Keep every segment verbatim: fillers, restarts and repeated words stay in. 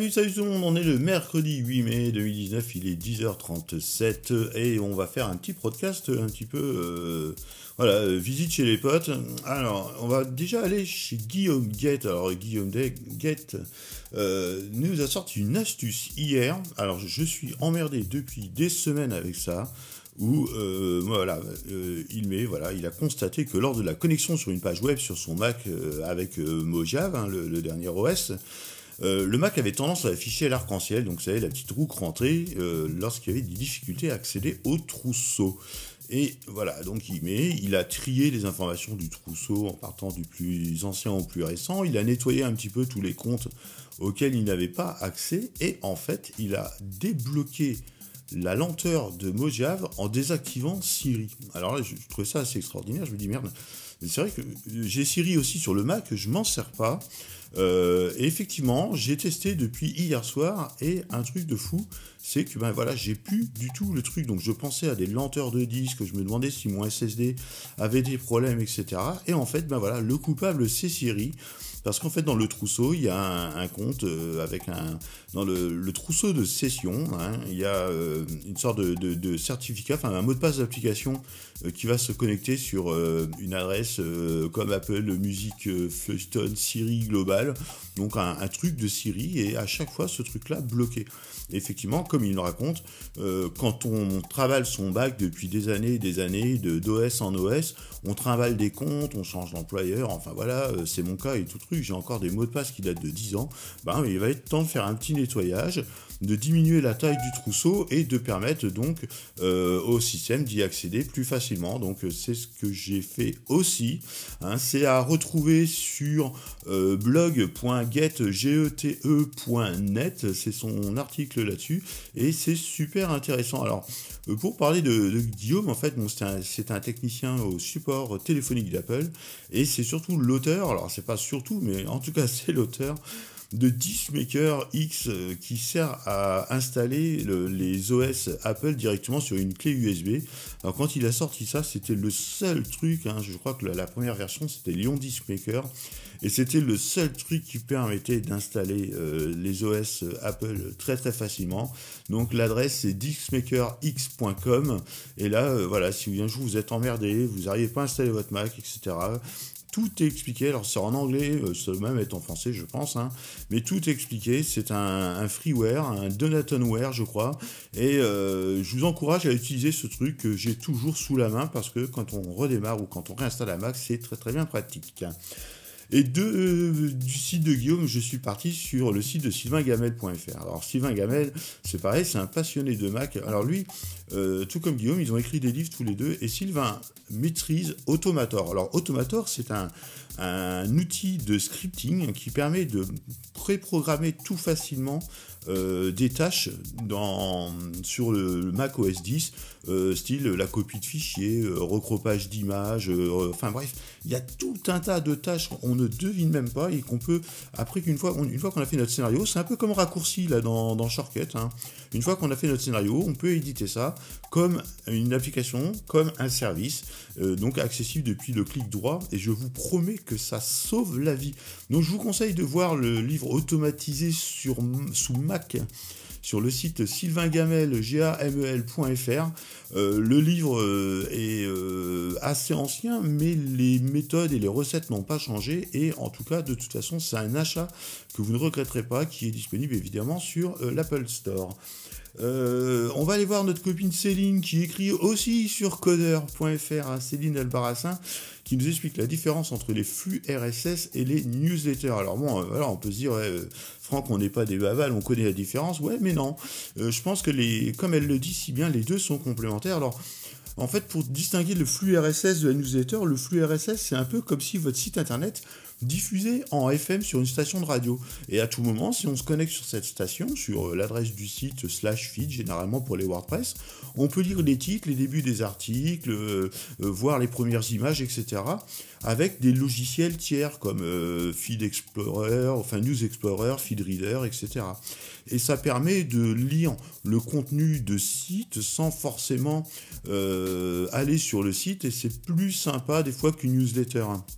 Salut, salut tout le monde, on est le mercredi huit mai deux mille dix-neuf, il est dix heures trente-sept et on va faire un petit podcast un petit peu, euh, voilà, euh, visite chez les potes. Alors, on va déjà aller chez Guillaume Guette. Alors, Guillaume Guette euh, nous a sorti une astuce hier. Alors, je suis emmerdé depuis des semaines avec ça. Où euh, voilà, euh, il met, voilà, il a constaté que lors de la connexion sur une page web sur son Mac euh, avec euh, Mojave, hein, le, le dernier O S, euh, le Mac avait tendance à afficher l'arc-en-ciel, donc vous savez, la petite roue rentrée, euh, lorsqu'il y avait des difficultés à accéder au trousseau. Et voilà, donc il met, il a trié les informations du trousseau en partant du plus ancien au plus récent, il a nettoyé un petit peu tous les comptes auxquels il n'avait pas accès, et en fait, il a débloqué la lenteur de Mojave en désactivant Siri. Alors là, je, je trouvais ça assez extraordinaire, je me dis merde, mais c'est vrai que j'ai Siri aussi sur le Mac, je m'en sers pas. Euh, et effectivement, j'ai testé depuis hier soir et un truc de fou, c'est que ben voilà, j'ai plus du tout le truc. Donc je pensais à des lenteurs de disque, je me demandais si mon S S D avait des problèmes, et cetera. Et en fait, ben voilà, le coupable c'est Siri. Parce qu'en fait, dans le trousseau, il y a un, un compte euh, avec un... Dans le, le trousseau de session, hein, il y a euh, une sorte de, de, de certificat, enfin un mot de passe d'application euh, qui va se connecter sur euh, une adresse euh, comme Apple Music, euh, Fuston, Siri Global. Donc un, un truc de Siri, et à chaque fois, ce truc-là bloqué. Et effectivement, comme il le raconte, euh, quand on travaille son bac depuis des années et des années, de d'O S en O S, on trimballe des comptes, on change d'employeur, enfin voilà, euh, c'est mon cas et tout truc, j'ai encore des mots de passe qui datent de dix ans, ben, il va être temps de faire un petit nettoyage, de diminuer la taille du trousseau et de permettre donc euh, au système d'y accéder plus facilement. Donc c'est ce que j'ai fait aussi, hein, c'est à retrouver sur euh, blog point gete point net, c'est son article là-dessus, et c'est super intéressant. Alors, pour parler de, de Guillaume, en fait, bon, c'est un, c'est un technicien au support téléphonique d'Apple, et c'est surtout l'auteur, alors c'est pas surtout, mais en tout cas c'est l'auteur, de DiskMaker X euh, qui sert à installer le, les O S Apple directement sur une clé U S B. Alors quand il a sorti ça, c'était le seul truc, hein, je crois que la, la première version c'était Lyon DiskMaker, et c'était le seul truc qui permettait d'installer euh, les O S Apple très très facilement. Donc l'adresse c'est diskmaker x point com, et là euh, voilà, si un jour vous êtes emmerdé, vous n'arrivez pas à installer votre Mac, et cetera, tout est expliqué. Alors c'est en anglais, ça doit même être en français je pense, hein, mais tout est expliqué. C'est un, un freeware, un Donatonware je crois, et euh, je vous encourage à utiliser ce truc que j'ai toujours sous la main, parce que quand on redémarre ou quand on réinstalle la Mac, c'est très très bien pratique. Et de, euh, du site de Guillaume, je suis parti sur le site de sylvain gamel point f r. Alors Sylvain Gamel, c'est pareil, c'est un passionné de Mac. Alors lui, euh, tout comme Guillaume, ils ont écrit des livres tous les deux, et Sylvain maîtrise Automator. Alors Automator, c'est un, un outil de scripting qui permet de préprogrammer tout facilement euh, des tâches dans, sur le, le Mac O S dix, euh, style la copie de fichiers, euh, recropage d'images, euh, enfin bref, il y a tout un tas de tâches qu'on ne devine même pas, et qu'on peut, après qu'une fois, une fois qu'on a fait notre scénario, c'est un peu comme raccourci là dans, dans Shortcut, hein. Une fois qu'on a fait notre scénario, on peut éditer ça comme une application, comme un service, euh, donc accessible depuis le clic droit, et je vous promets que ça sauve la vie. Donc je vous conseille de voir le livre automatisé sur, sous Mac, sur le site sylvain gamel point f r. Euh, le livre euh, est euh, assez ancien, mais les méthodes et les recettes n'ont pas changé, et en tout cas, de toute façon, c'est un achat que vous ne regretterez pas, qui est disponible évidemment sur euh, l'Apple Store. Euh, on va aller voir notre copine Céline, qui écrit aussi sur codeur point f r, hein, Céline Albarracin, qui nous explique la différence entre les flux R S S et les newsletters. Alors bon, euh, voilà, on peut se dire, ouais, euh, Franck, on n'est pas des bavales, on connaît la différence. Ouais, mais non. Euh, je pense que, les, comme elle le dit si bien, les deux sont complémentaires. Alors, en fait, pour distinguer le flux R S S de la newsletter, le flux R S S, c'est un peu comme si votre site internet diffusé en F M sur une station de radio. Et à tout moment, si on se connecte sur cette station, sur l'adresse du site slash feed, généralement pour les WordPress, on peut lire les titres, les débuts des articles, euh, euh, voir les premières images, et cetera, avec des logiciels tiers comme euh, Feed Explorer, enfin News Explorer, Feed Reader, et cetera. Et ça permet de lire le contenu de site sans forcément euh, aller sur le site, et c'est plus sympa des fois qu'une newsletter.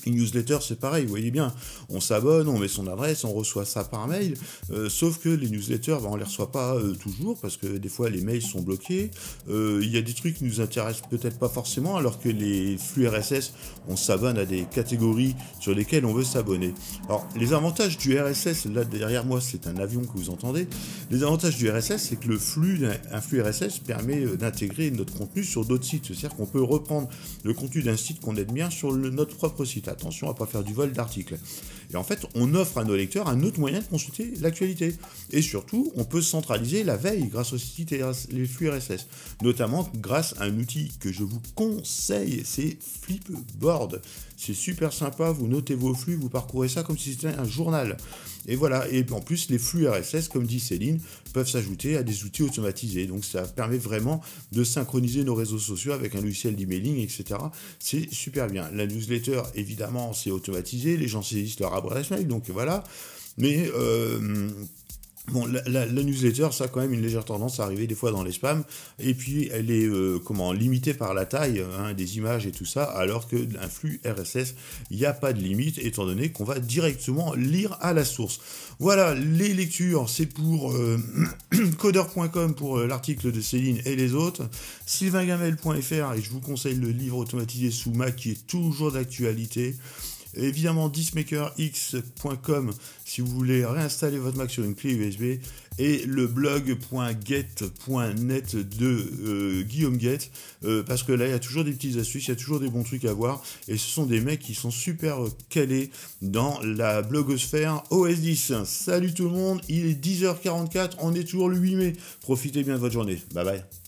Une newsletter, c'est pareil, vous voyez bien, on s'abonne, on met son adresse, on reçoit ça par mail, euh, sauf que les newsletters, ben, on les reçoit pas euh, toujours, parce que des fois les mails sont bloqués, euh, il y a des trucs qui nous intéressent peut-être pas forcément, alors que les flux R S S, on s'abonne à des catégories sur lesquelles on veut s'abonner. Alors, les avantages du R S S, là derrière moi c'est un avion que vous entendez, les avantages du R S S, c'est que le flux, un flux R S S permet d'intégrer notre contenu sur d'autres sites, c'est-à-dire qu'on peut reprendre le contenu d'un site qu'on aime bien sur le, notre propre site. Attention à ne pas faire du vol d'articles. Et en fait, on offre à nos lecteurs un autre moyen de consulter l'actualité. Et surtout, on peut centraliser la veille grâce aux sites et les flux R S S. Notamment grâce à un outil que je vous conseille, c'est Flipboard. C'est super sympa, vous notez vos flux, vous parcourez ça comme si c'était un journal. Et voilà, et en plus, les flux R S S, comme dit Céline, peuvent s'ajouter à des outils automatisés. Donc ça permet vraiment de synchroniser nos réseaux sociaux avec un logiciel d'emailing, et cetera. C'est super bien. La newsletter, évidemment, c'est automatisé, les gens saisissent leur adresse mail, donc voilà. Mais... Euh, Bon, la, la, la newsletter, ça a quand même une légère tendance à arriver des fois dans les spams, et puis elle est euh, comment limitée par la taille hein, des images et tout ça, alors que un flux R S S, il n'y a pas de limite, étant donné qu'on va directement lire à la source. Voilà, les lectures, c'est pour euh, codeur point com pour euh, l'article de Céline et les autres, sylvain gamel point f r, et je vous conseille le livre automatisé sous Mac qui est toujours d'actualité. Évidemment, dismaker x point com si vous voulez réinstaller votre Mac sur une clé U S B, et le blog point get point net de euh, Guillaume Guette, euh, parce que là, il y a toujours des petites astuces, il y a toujours des bons trucs à voir, et ce sont des mecs qui sont super calés dans la blogosphère O S dix. Salut tout le monde, il est dix heures quarante-quatre, on est toujours le huit mai. Profitez bien de votre journée. Bye bye.